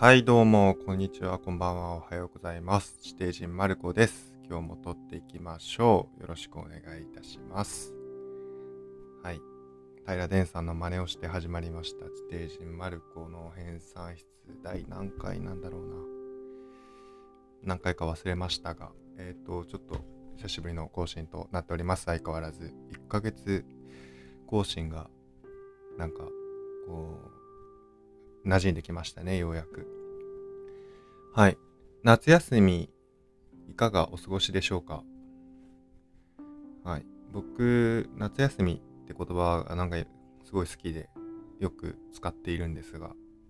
はい、どうも、こんにちは、こんばんは、おはようございます。地底人マルコです。今日も撮っていきましょう。よろしくお願いいたします。はい、平伝さんの真似をして始まりました。地底人マルコの編纂室第何回なんだろうな。何回か忘れましたが、ちょっと久しぶりの更新となっております。相変わらず。1ヶ月更新が、なんか、こ馴染んできましたね、ようやく。はい。夏休みいかがお過ごしでしょうか？はい。僕、夏休みって言葉がなんかすごい好きでよく使っているんですが、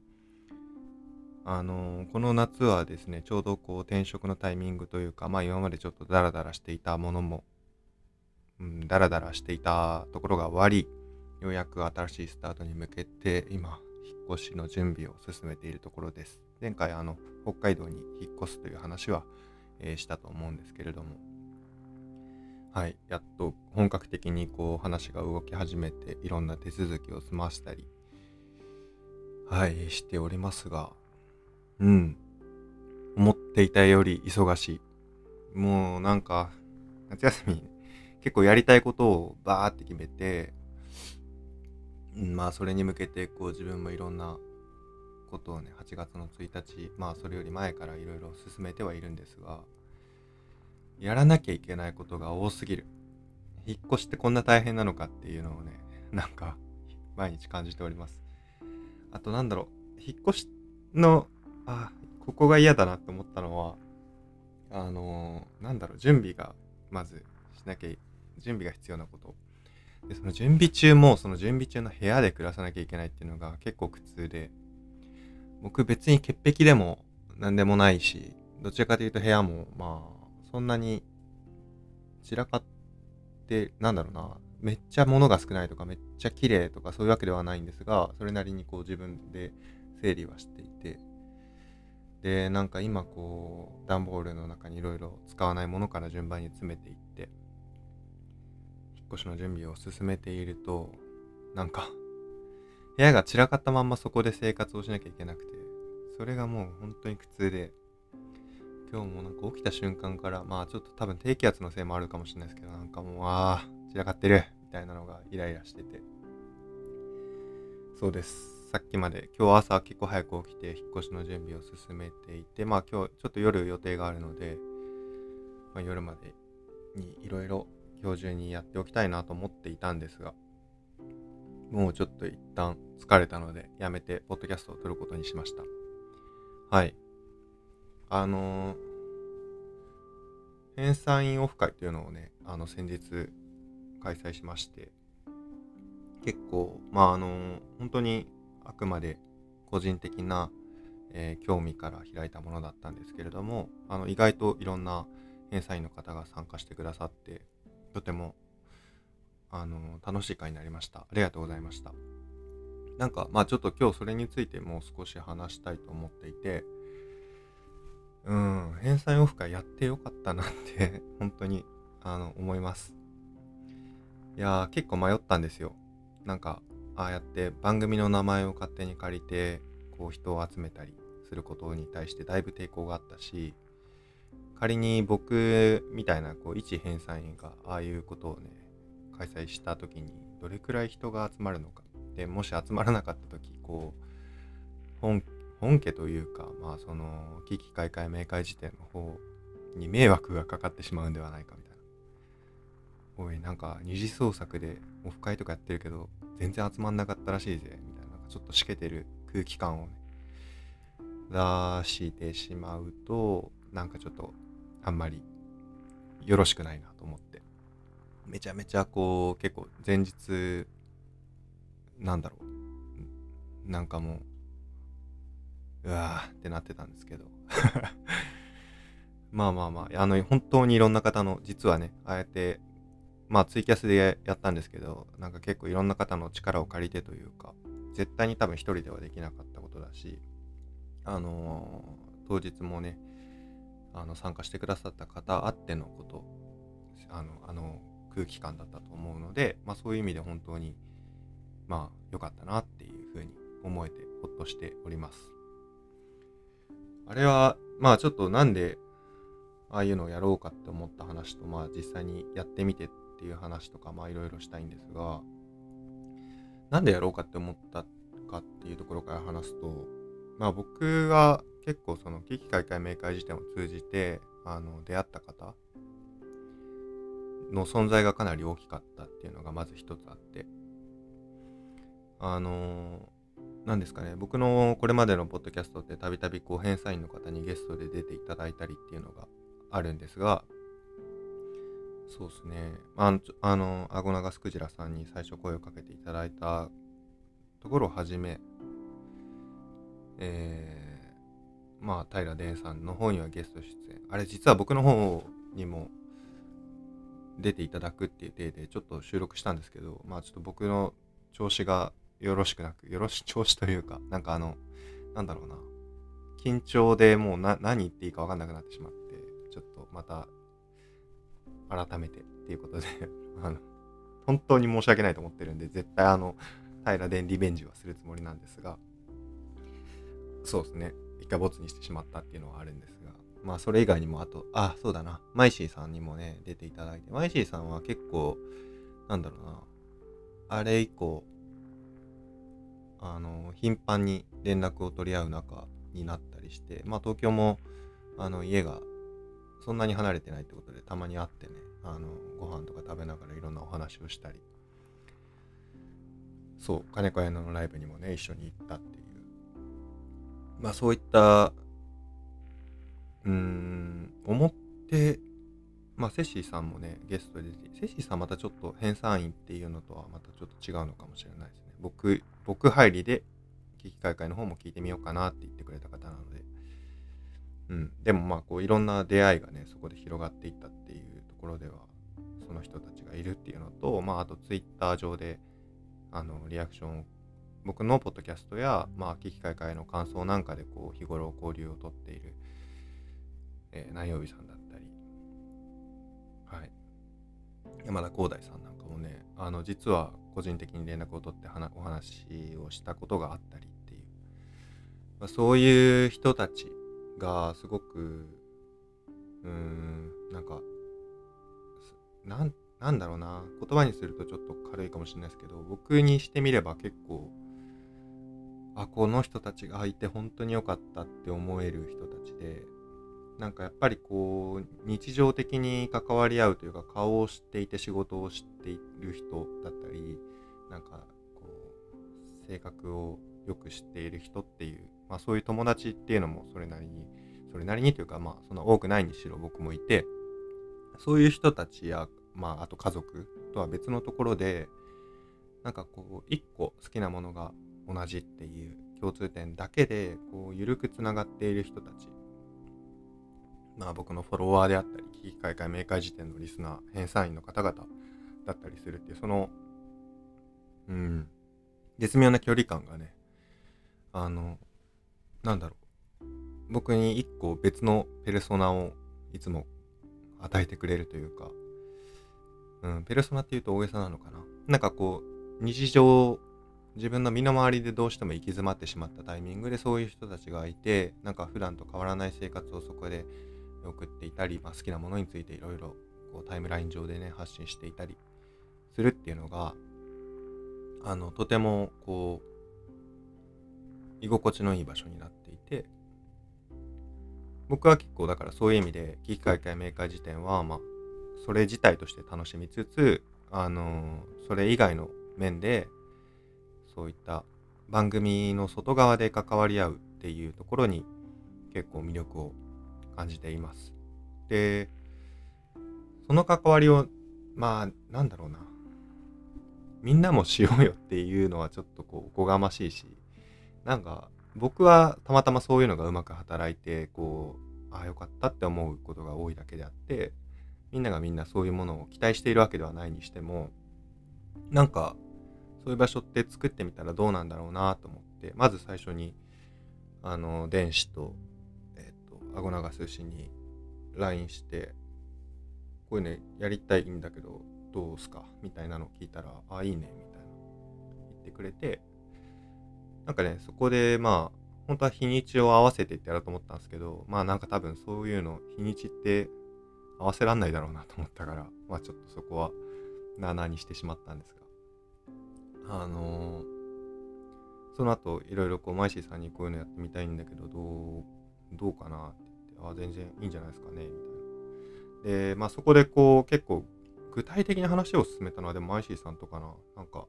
この夏はですね、ちょうど転職のタイミングというか、今までちょっとダラダラしていたものも、ダラダラしていたところが終わり、ようやく新しいスタートに向けて今、引っ越しの準備を進めているところです。前回北海道に引っ越すという話は、したと思うんですけれども、はい、やっと本格的に話が動き始めて、いろんな手続きを済ましたり、はい、しておりますが、うん、思っていたより忙しい。もうなんか、夏休み、結構やりたいことをバーって決めて、それに向けて自分もいろんなことをね、8月の1日、それより前からいろいろ進めてはいるんですが、やらなきゃいけないことが多すぎる。引っ越しってこんな大変なのかっていうのをね、なんか毎日感じております。あと引っ越しの、ここが嫌だなと思ったのは、準備が、まずしなきゃい、準備が必要なこと。で、その準備中も、その準備中の部屋で暮らさなきゃいけないっていうのが結構苦痛で、僕別に潔癖でも何でもないし、どちらかというと部屋も、そんなに散らかって、めっちゃ物が少ないとか、めっちゃ綺麗とかそういうわけではないんですが、それなりに自分で整理はしていて、で、今段ボールの中にいろいろ使わないものから順番に詰めていって、引っ越しの準備を進めていると、なんか、部屋が散らかったまんまそこで生活をしなきゃいけなくて、それがもう本当に苦痛で、今日も起きた瞬間から、ちょっと多分低気圧のせいもあるかもしれないですけど、もう、散らかってるみたいなのがイライラしてて。そうです。さっきまで、今日朝結構早く起きて引っ越しの準備を進めていて、今日ちょっと夜予定があるので、夜までにいろいろ今日中にやっておきたいなと思っていたんですが、もうちょっと一旦疲れたので、やめてポッドキャストを撮ることにしました。はい。編纂員オフ会というのをね、先日開催しまして、結構、本当にあくまで個人的な、興味から開いたものだったんですけれども、意外といろんな編纂員の方が参加してくださって、とても、楽しい会になりました。ありがとうございました。ちょっと今日それについてもう少し話したいと思っていて、返済オフ会やってよかったなって本当に、思います。いやー、結構迷ったんですよ。ああやって番組の名前を勝手に借りて、人を集めたりすることに対してだいぶ抵抗があったし、仮に僕みたいな、一編纂員がああいうことをね、開催した時に、どれくらい人が集まるのか。で、もし集まらなかった時、本本家というか、危機開会明快辞典の方に迷惑がかかってしまうんではないかみたいな。おい、二次創作でオフ会とかやってるけど、全然集まんなかったらしいぜ、みたいな、ちょっとしけてる空気感をね、出してしまうと、ちょっと、あんまりよろしくないなと思って。めちゃめちゃ結構前日、なんだろもうわーってなってたんですけど。本当にいろんな方の、実はね、ああやって、ツイキャスでやったんですけど、結構いろんな方の力を借りてというか、絶対に多分一人ではできなかったことだし、当日もね、参加してくださった方あってのこと、空気感だったと思うので、そういう意味で本当に、良かったなっていうふうに思えて、ほっとしております。 あれはまあちょっとなんでああいうのをやろうかって思った話と、まあ実際にやってみてっていう話とか、まあいろいろしたいんですが、なんでやろうかって思ったかっていうところから話すと、まあ僕が結構その危機開会明快辞典を通じて、出会った方の存在がかなり大きかったっていうのがまず一つあって、なんですかね、僕のこれまでのポッドキャストってたびたびこう編纂員の方にゲストで出ていただいたりっていうのがあるんですが、そうですね、アゴナガスクジラさんに最初声をかけていただいたところをはじめ、まあ平伝さんの方にはゲスト出演、あれ実は僕の方にも出ていただくっていう体でちょっと収録したんですけど、まあちょっと僕の調子がよろしくなく、調子というか、なんかなんだろうな、緊張でもう何言っていいか分かんなくなってしまって、ちょっとまた改めてっていうことで本当に申し訳ないと思ってるんで、絶対平伝リベンジはするつもりなんですが、そうですね、一回ボツにしてしまったっていうのはあるんですが、まあそれ以外にもそうだな、マイシーさんにもね出ていただいて、マイシーさんは結構なんだろうな、あれ以降頻繁に連絡を取り合う仲になったりして、まあ東京も家がそんなに離れてないってことでたまに会ってね、ご飯とか食べながらいろんなお話をしたり、そう金子屋のライブにもね一緒に行ったっていう、まあそういった思って、まあセシーさんもねゲストで出て、セシーさんまたちょっと編纂員っていうのとはまたちょっと違うのかもしれないですね。僕入りで危機開会の方も聞いてみようかなって言ってくれた方なので、でもまあこういろんな出会いがねそこで広がっていったっていうところでは、その人たちがいるっていうのと、まああとツイッター上でリアクションを、僕のポッドキャストやまあ危機開会の感想なんかでこう日頃交流をとっている、南曜日さんだったり、はい、山田光大さんなんかもね、実は個人的に連絡を取ってお話をしたことがあったりっていう、まあ、そういう人たちがすごくなんかなんだろうな、言葉にするとちょっと軽いかもしれないですけど、僕にしてみれば結構この人たちがいて本当に良かったって思える人たちで、なんかやっぱりこう日常的に関わり合うというか、顔を知っていて仕事を知っている人だったり、なんかこう性格をよく知っている人っていう、まあそういう友達っていうのもそれなりにというか、まあそんな多くないにしろ僕もいて、そういう人たちや、まああと家族とは別のところで、なんかこう一個好きなものが同じっていう共通点だけでこう緩くつながっている人たち、まあ僕のフォロワーであったり、危機開会明快辞典のリスナー、編纂員の方々だったりするっていう、その、絶妙な距離感がね、なんだろう、僕に一個別のペルソナをいつも与えてくれるというか、ペルソナっていうと大げさなのかな。なんかこう、自分の身の回りでどうしても行き詰まってしまったタイミングでそういう人たちがいて、なんか普段と変わらない生活をそこで送っていたり、まあ、好きなものについていろいろタイムライン上でね発信していたりするっていうのがとてもこう居心地のいい場所になっていて、僕は結構だからそういう意味で危機開会明快辞典はまあそれ自体として楽しみつつ、それ以外の面でそういった番組の外側で関わり合うっていうところに結構魅力を感じています。で、その関わりを、まあ、なんだろうな、みんなもしようよっていうのはちょっとこう、おこがましいし、なんか、僕はたまたまそういうのがうまく働いて、こう、よかったって思うことが多いだけであって、みんながみんなそういうものを期待しているわけではないにしても、なんか、そういう場所って作ってみたらどうなんだろうなと思って、まず最初に、電子と、アゴナガス氏に LINE して、こういうね、やりたいんだけど、どうすかみたいなのを聞いたら、いいね、みたいな言ってくれて、なんかね、そこでまあ、 本当は日にちを合わせてってやろうと思ったんですけど、まあなんか多分そういうの、日にちって合わせらんないだろうなと思ったから、まあちょっとそこはなあなあにしてしまったんですが、その後いろいろこうマイシーさんにこういうのやってみたいんだけど、どうかなって言って、全然いいんじゃないですかねみたいな。で、まあそこでこう結構具体的な話を進めたのはでもマイシーさんとかな、なんか、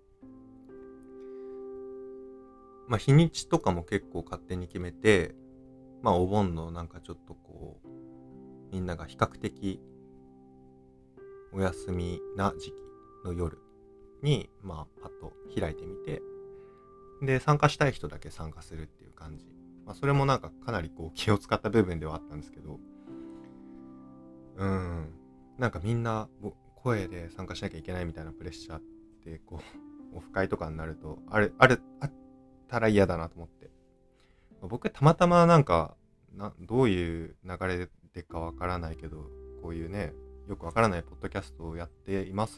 まあ日にちとかも結構勝手に決めて、まあお盆のなんかちょっとこうみんなが比較的お休みな時期の夜にまあパッと開いてみて、で参加したい人だけ参加するっていう感じ。まあそれもなんかかなりこう気を使った部分ではあったんですけど、なんかみんな声で参加しなきゃいけないみたいなプレッシャーってこうオフ会とかになるとあったら嫌だなと思って、僕たまたまなんかどういう流れでかわからないけど、こういうねよくわからないポッドキャストをやっています。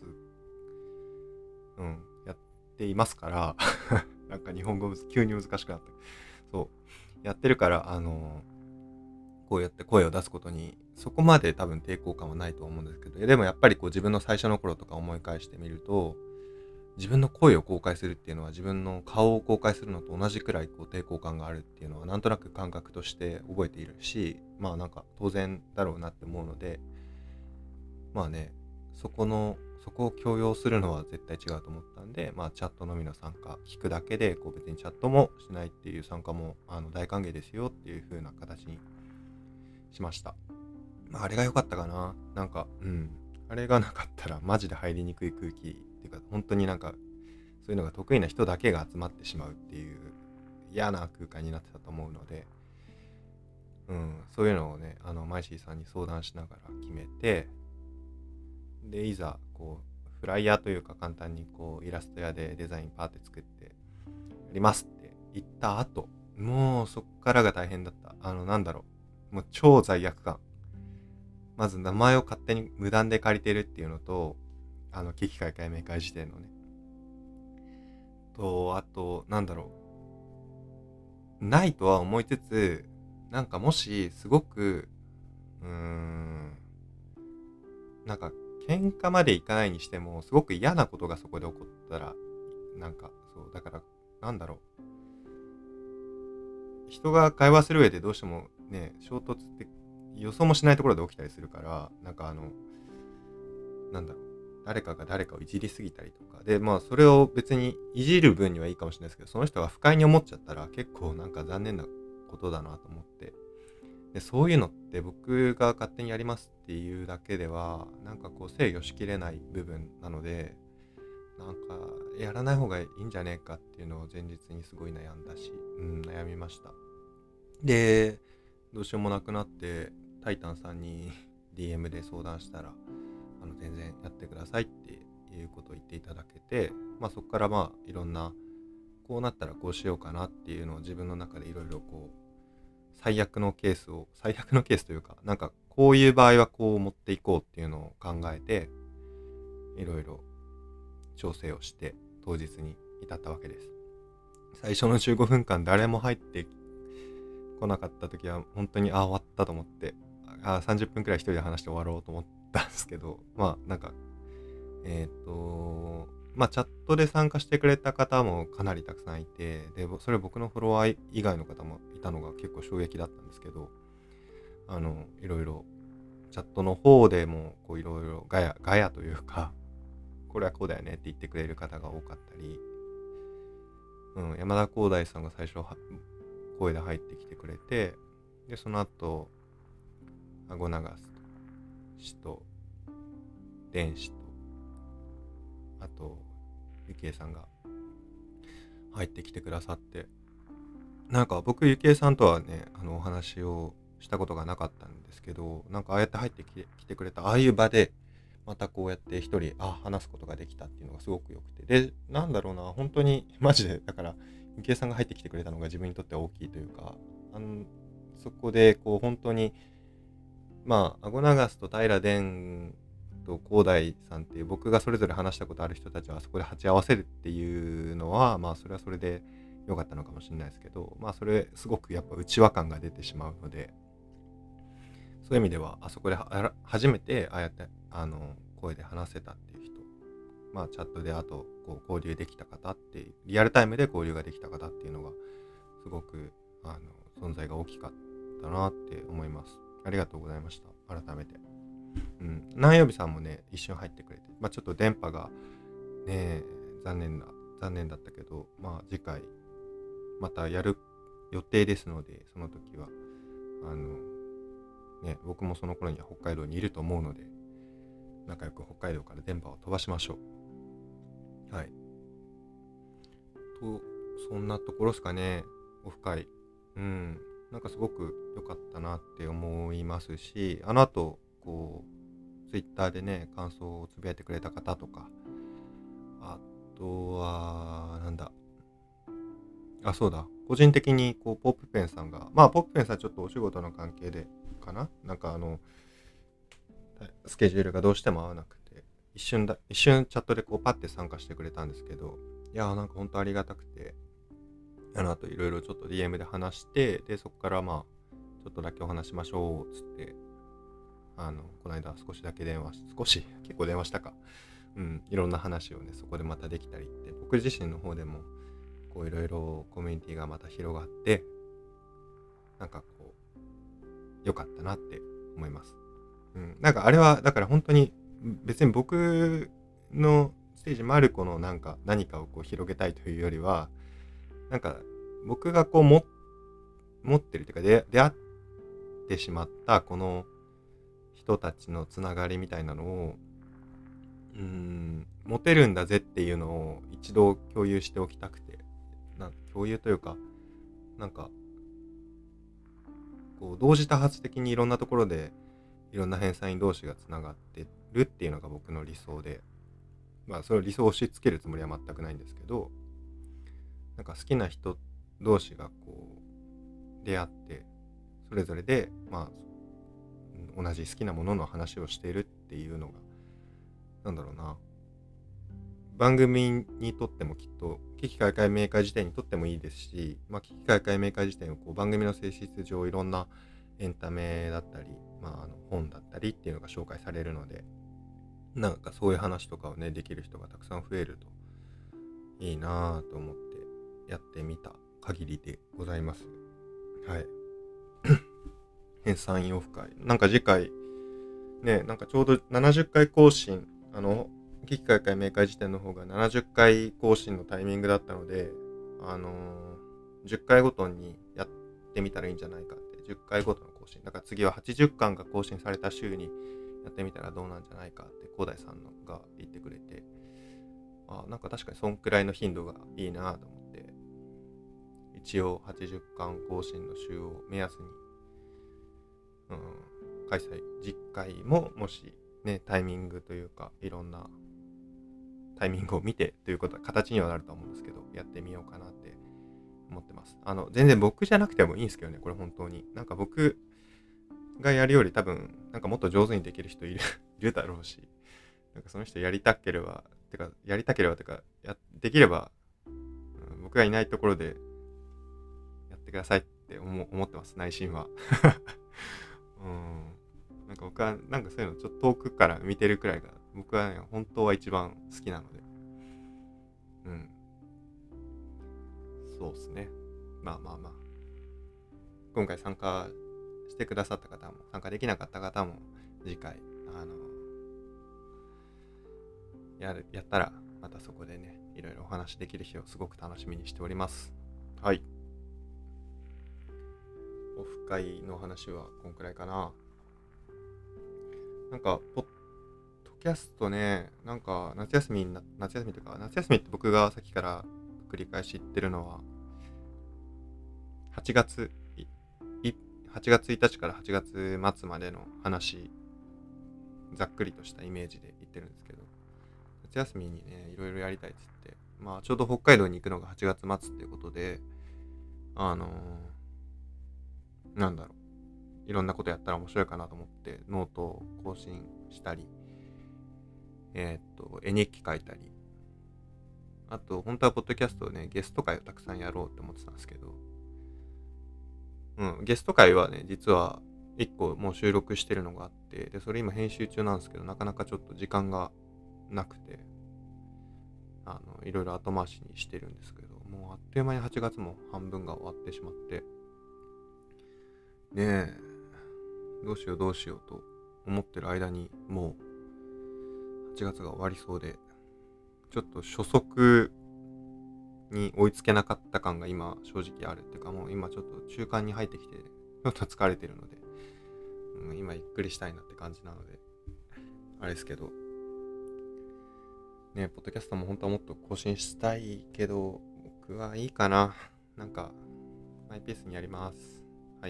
やっていますからなんか日本語急に難しくなって、そうやってるから、こうやって声を出すことにそこまで多分抵抗感はないと思うんですけど、でもやっぱりこう自分の最初の頃とか思い返してみると、自分の声を公開するっていうのは自分の顔を公開するのと同じくらいこう抵抗感があるっていうのはなんとなく感覚として覚えているし、まあなんか当然だろうなって思うので、まあね、そこを強要するのは絶対違うと思ったんで、まあチャットのみの参加、聞くだけでこう別にチャットもしないっていう参加も大歓迎ですよっていう風な形にしました。まああれが良かったかな。なんかあれがなかったらマジで入りにくい空気っていうか、本当になんかそういうのが得意な人だけが集まってしまうっていう嫌な空間になってたと思うので、そういうのをねマイシーさんに相談しながら決めて、でいざこうフライヤーというか簡単にこうイラスト屋でデザインパーって作ってやりますって言った後、もうそっからが大変だった。なんだろう、もう超罪悪感。まず名前を勝手に無断で借りてるっていうのと、危機開会明快時点のね、あとなんだろう、ないとは思いつつ、なんかもしすごくなんか喧嘩までいかないにしてもすごく嫌なことがそこで起こったら、なんかそうだから、なんだろう、人が会話する上でどうしてもね衝突って予想もしないところで起きたりするから、なんかなんだろう、誰かが誰かをいじりすぎたりとかで、まあそれを別にいじる分にはいいかもしれないですけど、その人が不快に思っちゃったら結構なんか残念なことだなと思って、でそういうのって僕が勝手にやりますっていうだけではなんかこう制御しきれない部分なので、なんかやらない方がいいんじゃねえかっていうのを前日にすごい悩んだし、悩みました。でどうしようもなくなってタイタンさんにDM で相談したら、全然やってくださいっていうことを言っていただけて、まあそこからまあいろんなこうなったらこうしようかなっていうのを自分の中でいろいろこう最悪のケースというか、なんかこういう場合はこう持っていこうっていうのを考えていろいろ調整をして当日に至ったわけです。最初の15分間誰も入ってこなかった時は本当に終わったと思って、30分くらい一人で話して終わろうと思ったんですけど、まあなんかまあチャットで参加してくれた方もかなりたくさんいて、でそれ僕のフォロワー以外の方もいたのが結構衝撃だったんですけど、いろいろチャットの方でもこういろいろガヤというか、これはこうだよねって言ってくれる方が多かったり、山田光大さんが最初声で入ってきてくれて、でその後顎長氏と電子と、あとゆきえさんが入ってきてくださって、なんか僕ゆきえさんとはねお話をしたことがなかったんですけど、なんかああやって入ってきてくれたああいう場でまたこうやって一人話すことができたっていうのがすごく良くて、でなんだろうな、本当にマジでだからゆきえさんが入ってきてくれたのが自分にとっては大きいというか、そこでこう本当にまあ顎長と平伝と広大さんっていう僕がそれぞれ話したことある人たちはそこで鉢合わせるっていうのは、まあそれはそれで良かったのかもしれないですけど、それすごくやっぱ内輪感が出てしまうので、そういう意味ではあそこで初めてああやって声で話せたっていう人、チャットであとこう交流できた方っていう、リアルタイムで交流ができた方っていうのがすごく存在が大きかったなって思います。ありがとうございました。改めて。南曜日さんもね、一瞬入ってくれて、ちょっと電波がね、残念だったけど、次回またやる予定ですので、その時は僕もその頃には北海道にいると思うので、仲良く北海道から電波を飛ばしましょう。はい。そんなところですかね。オフ会。なんかすごく良かったなって思いますし、あの後、こう、ツイッターでね、感想をつぶやいてくれた方とか、あとは、そうだ。個人的に、ポップペンさんが、ポップペンさんちょっとお仕事の関係でかな、スケジュールがどうしても合わなくて、一瞬チャットでパッて参加してくれたんですけど、いやーなんか本当ありがたくて、あの後いろいろちょっと DM で話して、で、そこからちょっとだけお話しましょう、つって、この間結構電話したか。いろんな話をね、そこでまたできたりって、僕自身の方でも、いろいろコミュニティがまた広がって、良かったなって思います。あれは、だから本当に、別に僕のステージマルコの何かを広げたいというよりは、僕が持ってるというか、出会ってしまったこの人たちのつながりみたいなのを、持てるんだぜっていうのを一度共有しておきたくて、共有というか、同時多発的にいろんなところでいろんな編纂員同士がつながってるっていうのが僕の理想で、それを理想を押し付けるつもりは全くないんですけど、好きな人同士が出会って、それぞれで同じ好きなものの話をしているっていうのが、番組にとってもきっと危機開会明快辞典にとってもいいですし、危機開会明快辞典を番組の性質上いろんなエンタメだったり、本だったりっていうのが紹介されるので、そういう話とかをねできる人がたくさん増えるといいなぁと思ってやってみた限りでございます。はい。編纂員オフ会、次回ね、ちょうど70回更新、危機開会明快辞典の方が70回更新のタイミングだったので、10回ごとにやってみたらいいんじゃないかって、10回ごとの更新。だから次は80巻が更新された週にやってみたらどうなんじゃないかって、広大さんが言ってくれて、確かにそんくらいの頻度がいいなと思って、一応80巻更新の週を目安に、開催、実回ももしね、タイミングというか、いろんなタイミングを見てということは形にはなると思うんですけど、やってみようかなって思ってます。全然僕じゃなくてもいいんですけどね、これ本当に。僕がやるより多分、もっと上手にできる人いるだろうし、その人やりたければ、できれば、僕がいないところでやってくださいって思ってます、内心は。僕はそういうのちょっと遠くから見てるくらいが僕はね本当は一番好きなので、そうですね。今回参加してくださった方も参加できなかった方も次回やったらまたそこでねいろいろお話できる日をすごく楽しみにしております。はい。オフ会の話はこんくらいかな。ポッドキャストね、夏休みって僕がさっきから繰り返し言ってるのは、8月1日から8月末までの話、ざっくりとしたイメージで言ってるんですけど、夏休みにね、いろいろやりたいっつって、ちょうど北海道に行くのが8月末っていうことで、いろんなことやったら面白いかなと思ってノートを更新したり、絵日記書いたり、 あと、本当はポッドキャストをね、ゲスト会をたくさんやろうって思ってたんですけど、ゲスト会はね、実は1個もう収録してるのがあって、で、それ今編集中なんですけど、なかなかちょっと時間がなくて、いろいろ後回しにしてるんですけど、もうあっという間に8月も半分が終わってしまって、ねえ、どうしようどうしようと思ってる間に、もう8月が終わりそうで、ちょっと初速に追いつけなかった感が今正直あるっていうか、もう今ちょっと中間に入ってきて、ちょっと疲れてるので、今ゆっくりしたいなって感じなので、あれですけど、ね、ポッドキャストも本当はもっと更新したいけど、僕はいいかな。なんか、マイペースにやります。はい。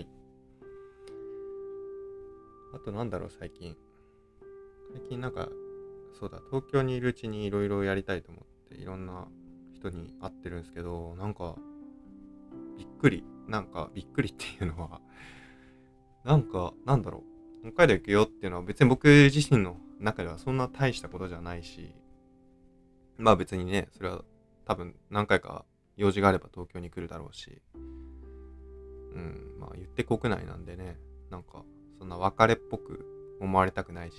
あとなんだろう、最近なんか、そうだ、東京にいるうちにいろいろやりたいと思って、いろんな人に会ってるんですけど、なんか、びっくり。びっくりっていうのは、なんだろう。北海道行くよっていうのは別に僕自身の中ではそんな大したことじゃないし、まあ別にね、それは多分何回か用事があれば東京に来るだろうし、まあ言って国内なんでね、なんかそんな別れっぽく思われたくないし、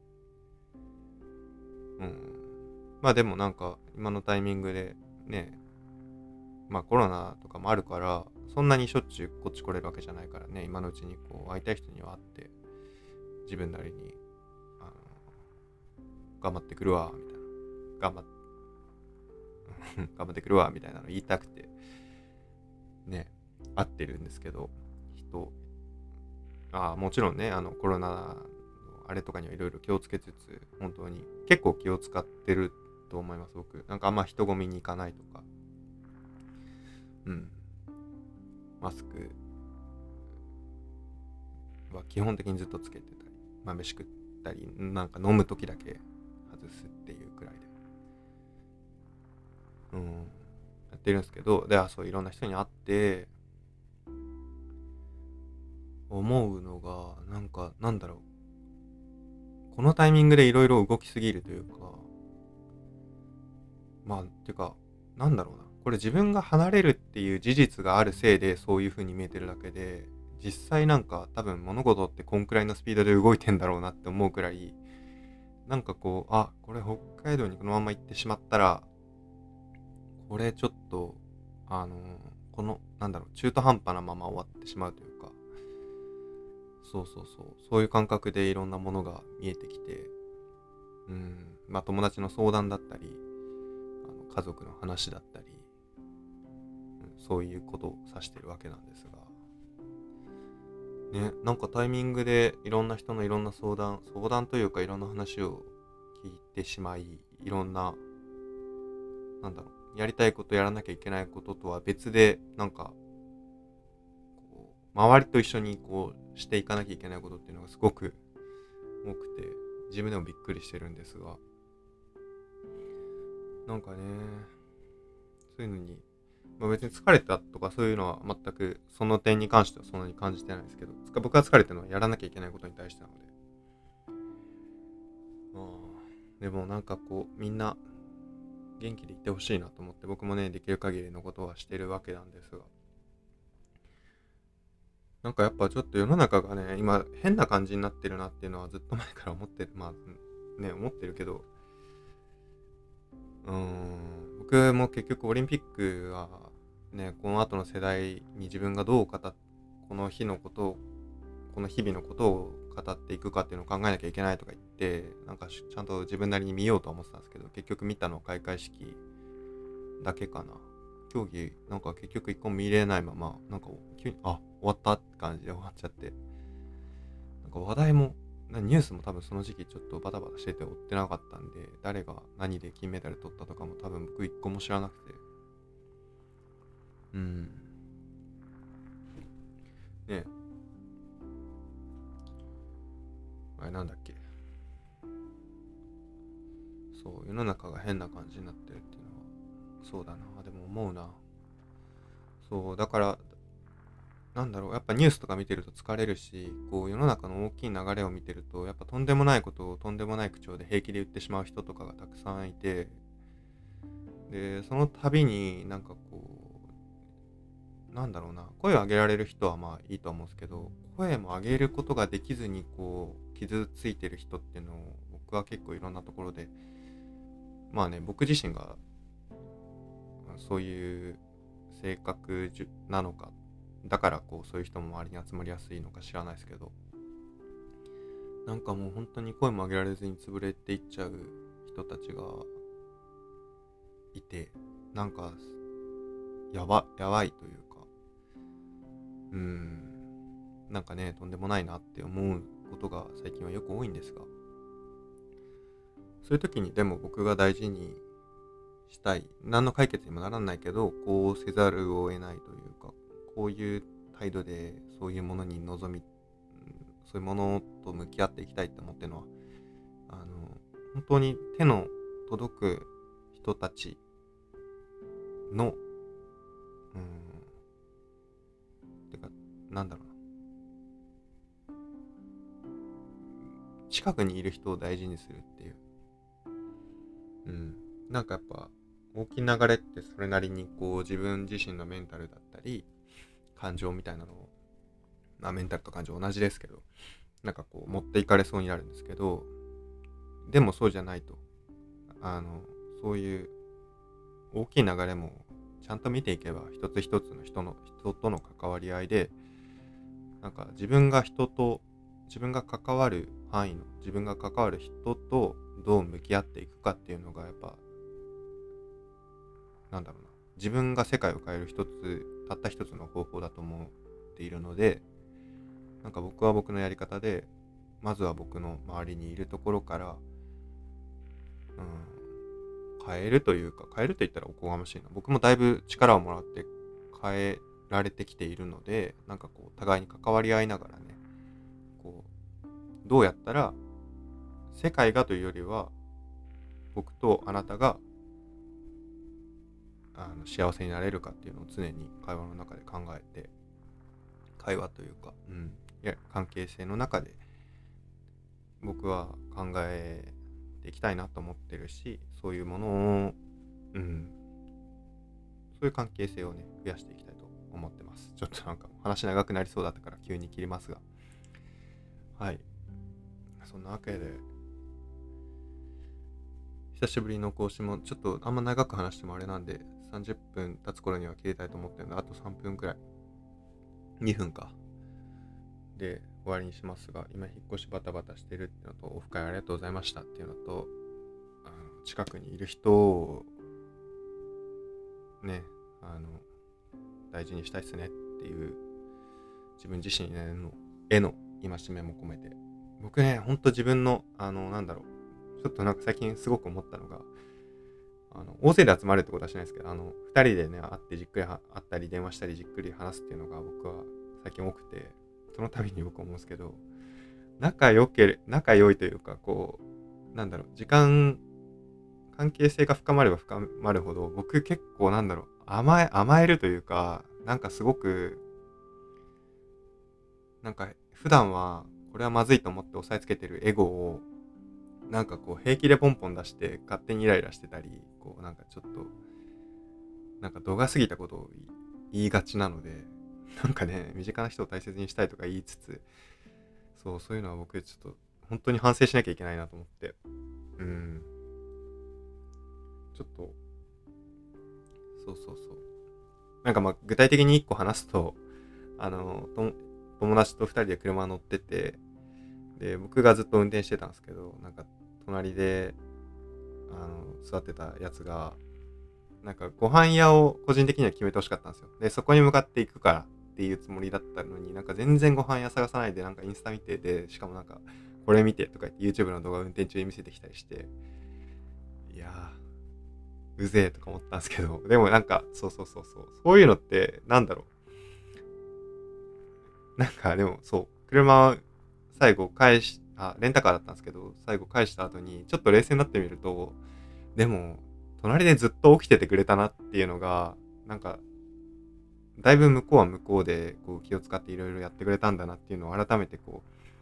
まあでもなんか今のタイミングでね、まあコロナとかもあるから、そんなにしょっちゅうこっち来れるわけじゃないからね、今のうちにこう会いたい人には会って、自分なりに、あの、頑張ってくるわ、みたいな。頑張っ頑張ってくるわ、みたいなの言いたくて、ね、会ってるんですけど、もちろんね、コロナのあれとかにはいろいろ気をつけつつ、本当に結構気を使ってると思います、僕。なんかあんま人混みに行かないとか、マスクは基本的にずっとつけてたり、まあ飯食ったり、なんか飲む時だけ外すっていうくらいで、やってるんですけど、そういろんな人に会って、思うのが、なんだろう。このタイミングでいろいろ動きすぎるというか、ていうか、なんだろうな。これ自分が離れるっていう事実があるせいでそういう風に見えてるだけで、実際なんか多分物事ってこんくらいのスピードで動いてんだろうなって思うくらい、なんかこう、これ北海道にこのまま行ってしまったら、これちょっと、中途半端なまま終わってしまうというか、そういう感覚でいろんなものが見えてきて、友達の相談だったり、家族の話だったり、そういうことを指してるわけなんですが、ね、なんかタイミングでいろんな人のいろんな相談というかいろんな話を聞いてしまい、いろんな、やりたいことやらなきゃいけないこととは別で、周りと一緒にこうしていかなきゃいけないことっていうのがすごく多くて、自分でもびっくりしてるんですが、なんかね、そういうのに、別に疲れたとかそういうのは全くその点に関してはそんなに感じてないですけど、僕が疲れてるのはやらなきゃいけないことに対してなので。でもなんかこう、みんな元気でいてほしいなと思って僕もね、できる限りのことはしてるわけなんですが。なんかやっぱちょっと世の中がね、今変な感じになってるなっていうのはずっと前から思ってる。思ってるけど、僕も結局オリンピックはね、この後の世代に自分がどうこの日のことを、この日々のことを語っていくかっていうのを考えなきゃいけないとか言って、なんかちゃんと自分なりに見ようとは思ってたんですけど、結局見たのは開会式だけかな。競技、なんか結局一個も見れないまま、なんか急に、終わったって感じで終わっちゃって、なんか話題も、ニュースも多分その時期ちょっとバタバタしてて追ってなかったんで、誰が何で金メダル取ったとかも多分僕一個も知らなくて。ねえ、あれなんだっけ。そう、世の中が変な感じになってるっていうのは、そうだな、でも思うな。そう、だから、やっぱニュースとか見てると疲れるし、こう世の中の大きい流れを見てると、やっぱとんでもないことをとんでもない口調で平気で言ってしまう人とかがたくさんいて、 で、その度になんかなんだろうな、声を上げられる人はまあいいと思うんですけど、声も上げることができずに傷ついてる人っていうのを僕は結構いろんなところで、まあね、僕自身がそういう性格なのか、だからそういう人も周りに集まりやすいのか知らないですけど、なんかもう本当に声も上げられずに潰れていっちゃう人たちがいて、なんかやばいというか、なんかね、とんでもないなって思うことが最近はよく多いんですが、そういう時にでも僕が大事にしたい、何の解決にもならないけど、こうせざるを得ないというか、こういう態度でそういうものにそういうものと向き合っていきたいって思ってるのは、本当に手の届く人たちの、てか、なんだろうな、近くにいる人を大事にするっていう。なんかやっぱ、大きい流れってそれなりに自分自身のメンタルだったり、感情みたいなのを、メンタルと感情同じですけど、なんか持っていかれそうになるんですけど、でもそうじゃないと。そういう大きい流れもちゃんと見ていけば、一つ一つの人との関わり合いで、なんか自分が関わる範囲の、自分が関わる人とどう向き合っていくかっていうのがやっぱ、なんだろうな、自分が世界を変えるたった一つの方法だと思っているので、なんか僕は僕のやり方で、まずは僕の周りにいるところから、変えると言ったらおこがましいな。僕もだいぶ力をもらって変えられてきているので、なんか互いに関わり合いながらね、どうやったら世界がというよりは、僕とあなたが幸せになれるかっていうのを常に会話の中で考えて、会話というか、関係性の中で僕は考えていきたいなと思ってるし、そういうものを、そういう関係性をね、増やしていきたいと思ってます。ちょっとなんか話長くなりそうだったから急に切りますが。はい。そんなわけで、久しぶりの更新もちょっとあんま長く話してもあれなんで、30分経つ頃には切りたいと思ってるので、あと3分くらい。2分か。で終わりにしますが、今引っ越しバタバタしてるっていうのと、オフ会ありがとうございましたっていうのと、近くにいる人をね、大事にしたいっすねっていう自分自身への戒めも込めて、僕ね、ほんと自分のなんだろう、ちょっとなんか最近すごく思ったのが、大勢で集まるってことはしないですけど、2人でね、会ってじっくり会ったり電話したりじっくり話すっていうのが僕は最近多くて、その度に僕思うんですけど、仲良いというか、なんだろう、関係性が深まれば深まるほど、僕結構なんだろう、甘えるというか、なんかすごく、なんか普段はこれはまずいと思って押さえつけてるエゴを、なんか平気でポンポン出して勝手にイライラしてたり、なんかちょっと、なんか度が過ぎたことを言いがちなので、なんかね、身近な人を大切にしたいとか言いつつ、そういうのは僕ちょっと本当に反省しなきゃいけないなと思って、ちょっと、そう。なんか具体的に1個話すと、友達と2人で車乗ってて、で、僕がずっと運転してたんですけど、なんか隣で、座ってたやつが、なんかご飯屋を個人的には決めてほしかったんですよ。で、そこに向かっていくからっていうつもりだったのに、なんか全然ご飯屋探さないで、なんかインスタ見てで、しかもなんか、これ見てとか言って YouTube の動画運転中に見せてきたりして、いやー、うぜえとか思ったんですけど、でもなんか、そういうのって、なんだろう。なんかでも車最後レンタカーだったんですけど、最後返した後に、ちょっと冷静になってみると、でも、隣でずっと起きててくれたなっていうのが、なんか、だいぶ向こうは向こうで気を使っていろいろやってくれたんだなっていうのを改めて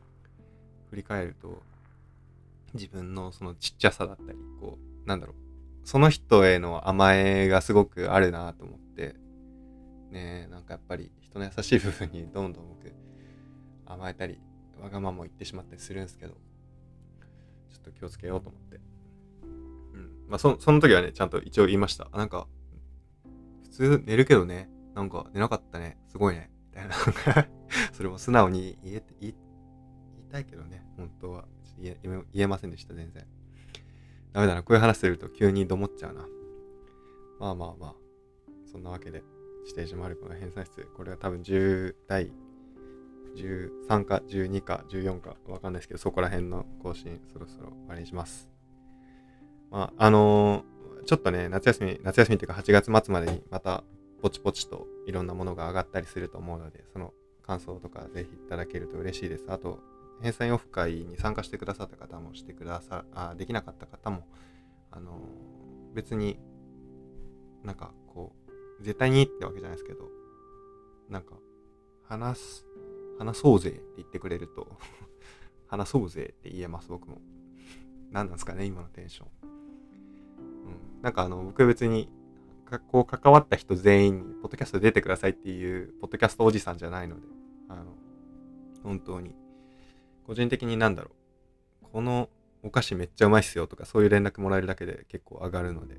振り返ると、自分のそのちっちゃさだったり、なんだろう、 その人への甘えがすごくあるなと思って、ね、なんかやっぱり人の優しい部分にどんどん僕甘えたり、わがままを言ってしまったりするんですけど、ちょっと気をつけようと思って。まあその時はね、ちゃんと一応言いました。なんか、普通寝るけどね、なんか寝なかったね、すごいね、みたいな。それも素直に言いたいけどね、本当は。言えませんでした、全然。ダメだな、こういう話すると急にどもっちゃうな。まあまあまあ、そんなわけで、指定島マルコの編纂室、これは多分第13か12か14かわかんないですけど、そこら辺の更新そろそろ終わりにします。まあ、ちょっとね、夏休みっていうか8月末までにまたポチポチといろんなものが上がったりすると思うので、その感想とかぜひいただけると嬉しいです。あと、返済オフ会に参加してくださった方もできなかった方も、別になんかこう、絶対にってわけじゃないですけど、なんか、話そうぜって言ってくれると話そうぜって言えます、僕も。何なんですかね、今のテンション。なんか僕別に、こう関わった人全員に、ポッドキャスト出てくださいっていう、ポッドキャストおじさんじゃないので、本当に、個人的にこのお菓子めっちゃうまいっすよとか、そういう連絡もらえるだけで結構上がるので、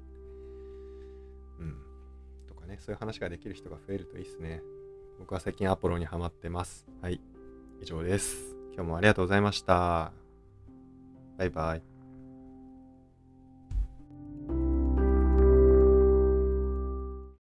とかね、そういう話ができる人が増えるといいっすね。僕は最近アポロにハマってます。はい。以上です。今日もありがとうございました。バイバイ。